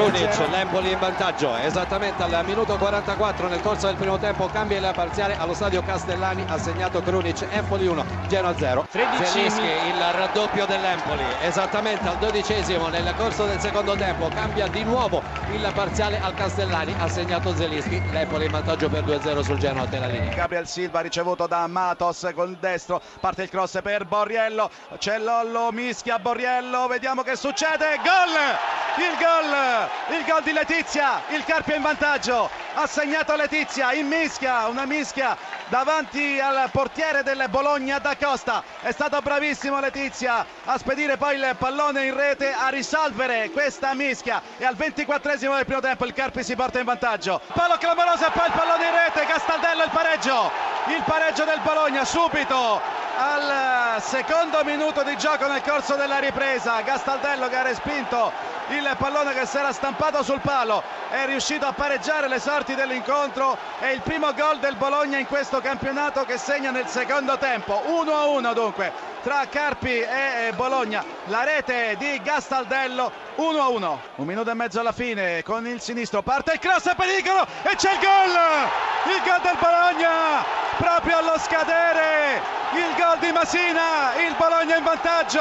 Krunic, l'Empoli in vantaggio esattamente al minuto 44. Nel corso del primo tempo cambia il parziale allo stadio Castellani, ha segnato Krunic. Empoli 1, Genoa 0. Zelinski, il raddoppio dell'Empoli esattamente al 12esimo. Nel corso del secondo tempo cambia di nuovo il parziale al Castellani, ha segnato Zelinski. L'Empoli in vantaggio per 2-0 sul Genoa della linea. Gabriel Silva ricevuto da Matos con il destro, parte il cross per Borriello, c'è Lollo, mischia Borriello, vediamo che succede, gol! Il gol di Letizia, il Carpio in vantaggio, ha segnato Letizia in mischia, una mischia davanti al portiere del Bologna da Costa. È stato bravissimo Letizia a spedire poi il pallone in rete, a risolvere questa mischia, e al 24esimo del primo tempo il Carpi si porta in vantaggio. Palo clamoroso e poi il pallone in rete, Castaldello il pareggio del Bologna subito al secondo minuto di gioco nel corso della ripresa. Castaldello che ha respinto il pallone che si era stampato sul palo, è riuscito a pareggiare le sorti dell'incontro. È il primo gol del Bologna in questo campionato, che segna nel secondo tempo. 1-1 dunque tra Carpi e Bologna, la rete di Castaldello. 1-1, un minuto e mezzo alla fine, con il sinistro parte il cross, è pericolo e c'è il gol del Bologna proprio allo scadere, il gol di Masina, il Bologna in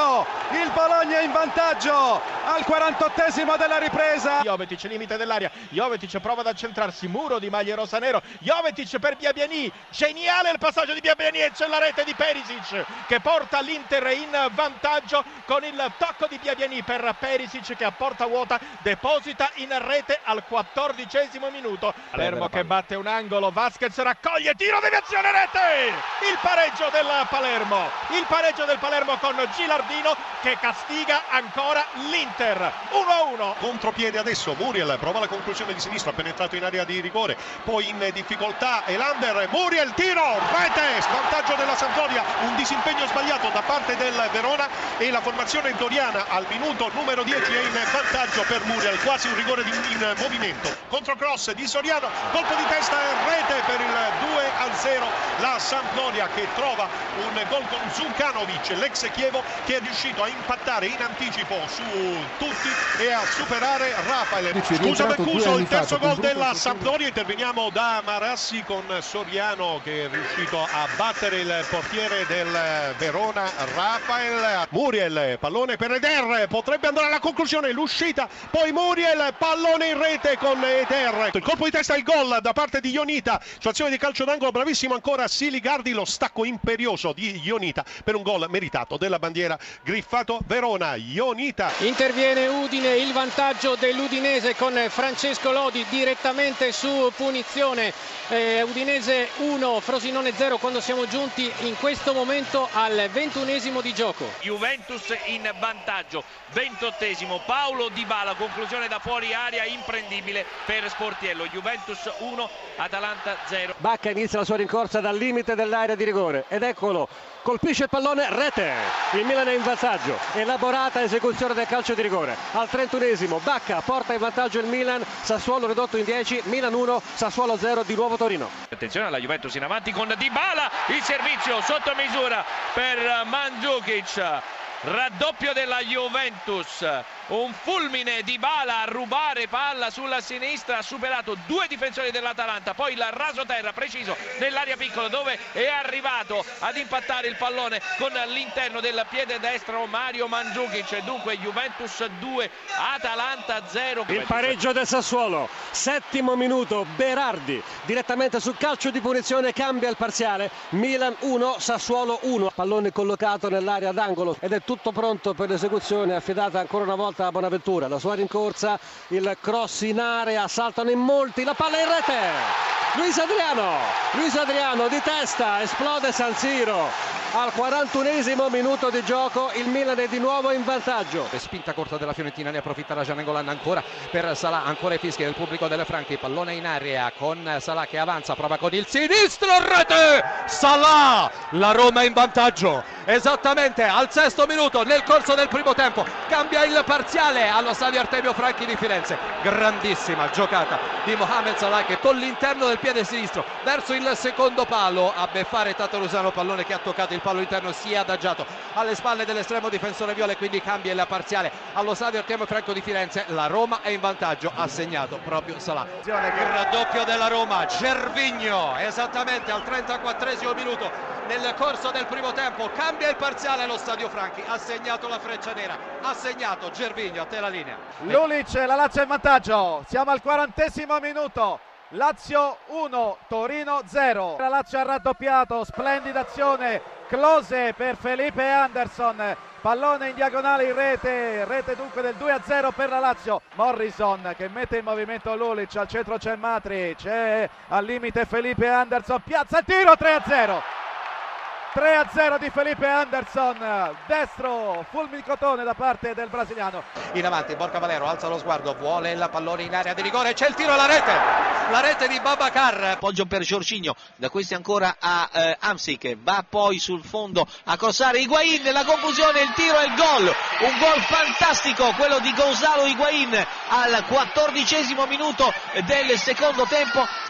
vantaggio al 48esimo della ripresa. Jovetic limite dell'area, Jovetic prova ad accentrarsi, muro di maglia rosanero, Jovetic per Biabiani, geniale il passaggio di Biabiani e c'è la rete di Perisic che porta l'Inter in vantaggio con il tocco di Biabiani per Perisic che a porta vuota deposita in rete al 14esimo minuto. Palermo che batte un angolo, Vasquez raccoglie, tiro, deviazione, rete! Il pareggio del Palermo con Gilardino che castiga ancora l'Inter. 1-1. Contropiede adesso Muriel, prova la conclusione di sinistra, ha penetrato in area di rigore, poi in difficoltà Elander, Muriel, tiro, rete, svantaggio della Sampdoria, un disimpegno sbagliato da parte del Verona e la formazione doriana al minuto numero 10 è in vantaggio per Muriel, quasi un rigore in movimento. Controcross di Soriano, colpo di testa e rete per il 2-0. La Sampdoria che trova un gol con Zunkanovic, l'ex Chievo, che è riuscito a impattare in anticipo su tutti e a superare Rafael. Scusa Mancuso, il terzo gol della Sampdoria. Interveniamo da Marassi con Soriano che è riuscito a battere il portiere del Verona, Rafael. Muriel, pallone per Eder, potrebbe andare alla conclusione, l'uscita, poi Muriel, pallone in rete con Eder. Il colpo di testa e il gol da parte di Ionita su azione di calcio d'angolo, bravissimo ancora Siligardi, lo stacco imperioso di Ionita per un gol meritato della bandiera Griffato Verona. Ionita. Interviene Udine, il vantaggio dell'Udinese con Francesco Lodi direttamente su punizione. Udinese 1, Frosinone 0 quando siamo giunti in questo momento al 21esimo di gioco. Juventus in vantaggio, 28esimo, Paulo Dybala, conclusione da fuori area imprendibile per Sportiello. Juventus 1, Atalanta 0. Bacca inizia la sua rincorsa dal limite dell'area di rigore ed eccolo, colpisce il pallone, rete, il Milan è in vantaggio, elaborata esecuzione del calcio di rigore. Al 31esimo Bacca porta in vantaggio il Milan, Sassuolo ridotto in 10, Milan 1, Sassuolo 0 di nuovo Torino. Attenzione alla Juventus in avanti con Dybala, il servizio sotto misura per Mandzukic. Raddoppio della Juventus, un fulmine di Dybala a rubare palla sulla sinistra, ha superato due difensori dell'Atalanta, poi il rasoterra preciso nell'area piccola dove è arrivato ad impattare il pallone con l'interno del piede destro Mario Mandzukic. Dunque Juventus 2, Atalanta 0. Il pareggio del Sassuolo, settimo minuto, Berardi direttamente sul calcio di punizione cambia il parziale, Milan 1, Sassuolo 1, pallone collocato nell'area d'angolo ed è tutto pronto per l'esecuzione, affidata ancora una volta a Bonaventura, la sua rincorsa, il cross in area, saltano in molti, la palla in rete, Luis Adriano di testa, esplode San Siro. Al 41esimo minuto di gioco il Milan è di nuovo in vantaggio. Spinta corta della Fiorentina, ne approfitta la Gianengolan ancora per Salah, ancora i fischi del pubblico delle Franchi, pallone in area con Salah che avanza, prova con il sinistro, rete! Salah! La Roma è in vantaggio. esattamente al 6° minuto nel corso del primo tempo. Cambia il parziale allo stadio Artemio Franchi di Firenze. Grandissima giocata di Mohamed Salah che con l'interno del piede sinistro verso il secondo palo a beffare Tatarusano, pallone che ha toccato il palo interno, si è adagiato alle spalle dell'estremo difensore viola e quindi cambia il parziale allo stadio Artemio Franco di Firenze. La Roma è in vantaggio, ha segnato proprio Salah. Il raddoppio della Roma, Gervinho, esattamente al 34° minuto nel corso del primo tempo, cambia il parziale allo stadio Franchi, ha segnato la Freccia Nera, ha segnato Gervinho. A te la linea. Lulic, la Lazio in vantaggio, siamo al 40° minuto. Lazio 1, Torino 0. La Lazio ha raddoppiato, splendida azione, Klose per Felipe Anderson, pallone in diagonale in rete dunque del 2-0 per la Lazio. Morrison che mette in movimento Lulic, al centro c'è Matri, c'è al limite Felipe Anderson, piazza il tiro, 3-0. 3-0 di Felipe Anderson, destro, fulmicotone da parte del brasiliano. In avanti Borca Valero, alza lo sguardo, vuole il pallone in area di rigore, c'è il tiro alla rete di Babacar. Appoggio per Jorginho, da questi ancora a Hamsik, va poi sul fondo a crossare Higuain, la conclusione, il tiro e il gol. Un gol fantastico quello di Gonzalo Higuain al 14° minuto del secondo tempo.